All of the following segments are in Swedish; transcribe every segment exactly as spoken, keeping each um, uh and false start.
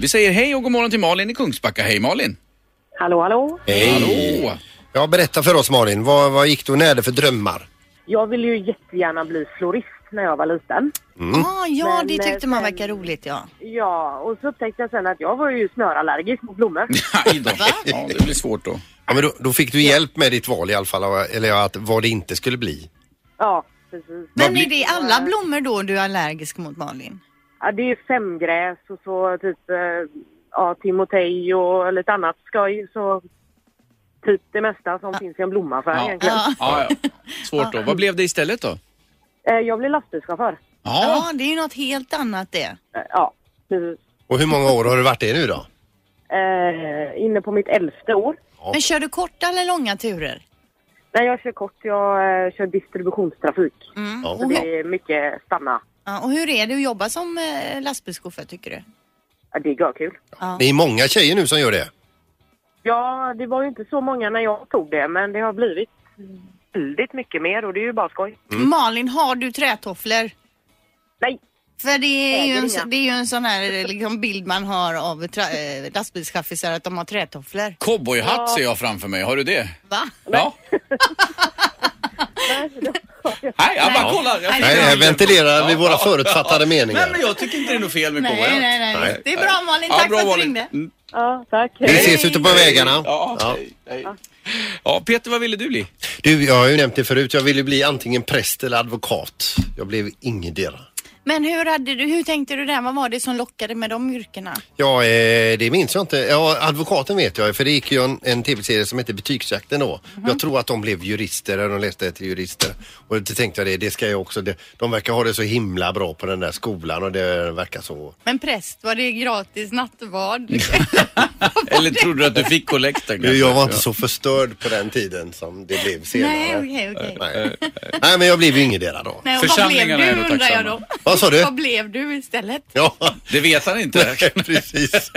Vi säger hej och god morgon till Malin i Kungsbacka. Hej Malin. Hallå, hallå. Hej. Hallå. Ja, berätta för oss Malin, vad, vad gick du närde för drömmar? Jag ville ju jättegärna bli florist när jag var liten. Mm. Ah, ja, Men, det tyckte man sen- verkar roligt, ja. Ja, och så upptäckte jag sen att jag var ju snörallergisk mot blommor. Aj då. Ja, det blir svårt då. Ja, men då, då fick du hjälp med ditt val i alla fall, eller ja, att vad det inte skulle bli. Ja, precis. Men blir- är det alla blommor då du är allergisk mot, Malin? Ja, det är femgräs och så typ eh, ja, timotej och lite annat skoj. Så typ det mesta som finns i en blommaffär Ja. egentligen. Ja. Ja, ja. Svårt då. Vad blev det istället då? Eh, jag blev lastbilschaufför. Ja. Ja, det är ju något helt annat det. Eh, ja, precis. Och hur många år har du varit det nu då? Eh, inne på mitt elfte år. Men kör du korta eller långa turer? Nej, jag kör kort. Jag eh, kör distributionstrafik. Mm. Ja. Och, Så hur, det är mycket stanna. ja, och hur är det att jobba som eh, lastbilschaufför, tycker du? Ja, det är görkul. Ja. Det är många tjejer nu som gör det. Ja, det var ju inte så många när jag tog det, men det har blivit väldigt mycket mer och det är ju bara skoj. Malin, har du trätofflor? Nej, För det är, ju Äger en, inga. det är ju en sån här liksom, bild man har av tra- eh, lastbilschaffisar att de har trätofflor. Cowboyhatt ser jag framför mig. Har du det? Va? Ja. Nej, jag bara Nej. kollar. Jag Nej, Nej, det här är bra. ventilerar vi våra förutfattade Nej, meningar. men jag tycker inte det är något fel med Nej, cowboyhatt. nej, nej, Nej. Det är bra, Malin. Ja, Tack bra, för att du Malin. ringde. Mm. ja, tack. Vi ses ute på vägarna. Ja, Ja. hej, hej. Ja, Peter, vad ville du bli? Du, jag har ju nämnt det förut, jag ville bli antingen präst eller advokat. Jag blev ingendera. Men hur, hade du, hur tänkte du där? Vad var det som lockade med de yrkena? Ja, eh, det minns jag inte. Ja, advokaten vet jag, för det gick ju en, en tv-serie som heter Betygsjakten då. Mhm. Jag tror att de blev jurister, eller de läste till jurister. Och det tänkte jag det, det ska jag också. Det, de verkar ha det så himla bra på den där skolan och det verkar så. Men präst, var det gratis nattvard? Eller trodde du att du fick kollekten? Du, jag var inte så förstörd på den tiden som det blev senare. Nej, okej, okej. Nej. Nej, men jag blev ju ingendera då. Nej, och vad blev Församlingarna är du, nog undrar jag tacksamma. då? Vad sa du? Vad blev du istället? Ja, Det vet han inte. precis.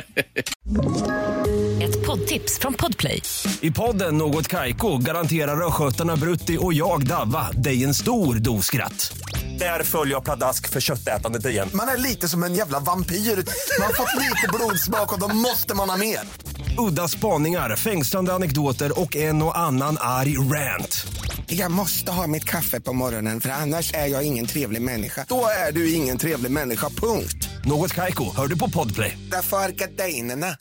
Ett poddtips från Podplay. I podden Något Kaiko garanterar östgötarna Brutti och jag Davva dig en stor dos skratt. Där följer jag pladask för köttätandet igen. Man är lite som en jävla vampyr. Man har fått lite blodsmak och då måste man ha mer. Udda spaningar, fängslande anekdoter och en och annan arg rant. Jag måste ha mitt kaffe på morgonen för annars är jag ingen trevlig människa. Då är du ingen trevlig människa, punkt. Något Kaiko, hör du på Podplay. Därför är gardinerna.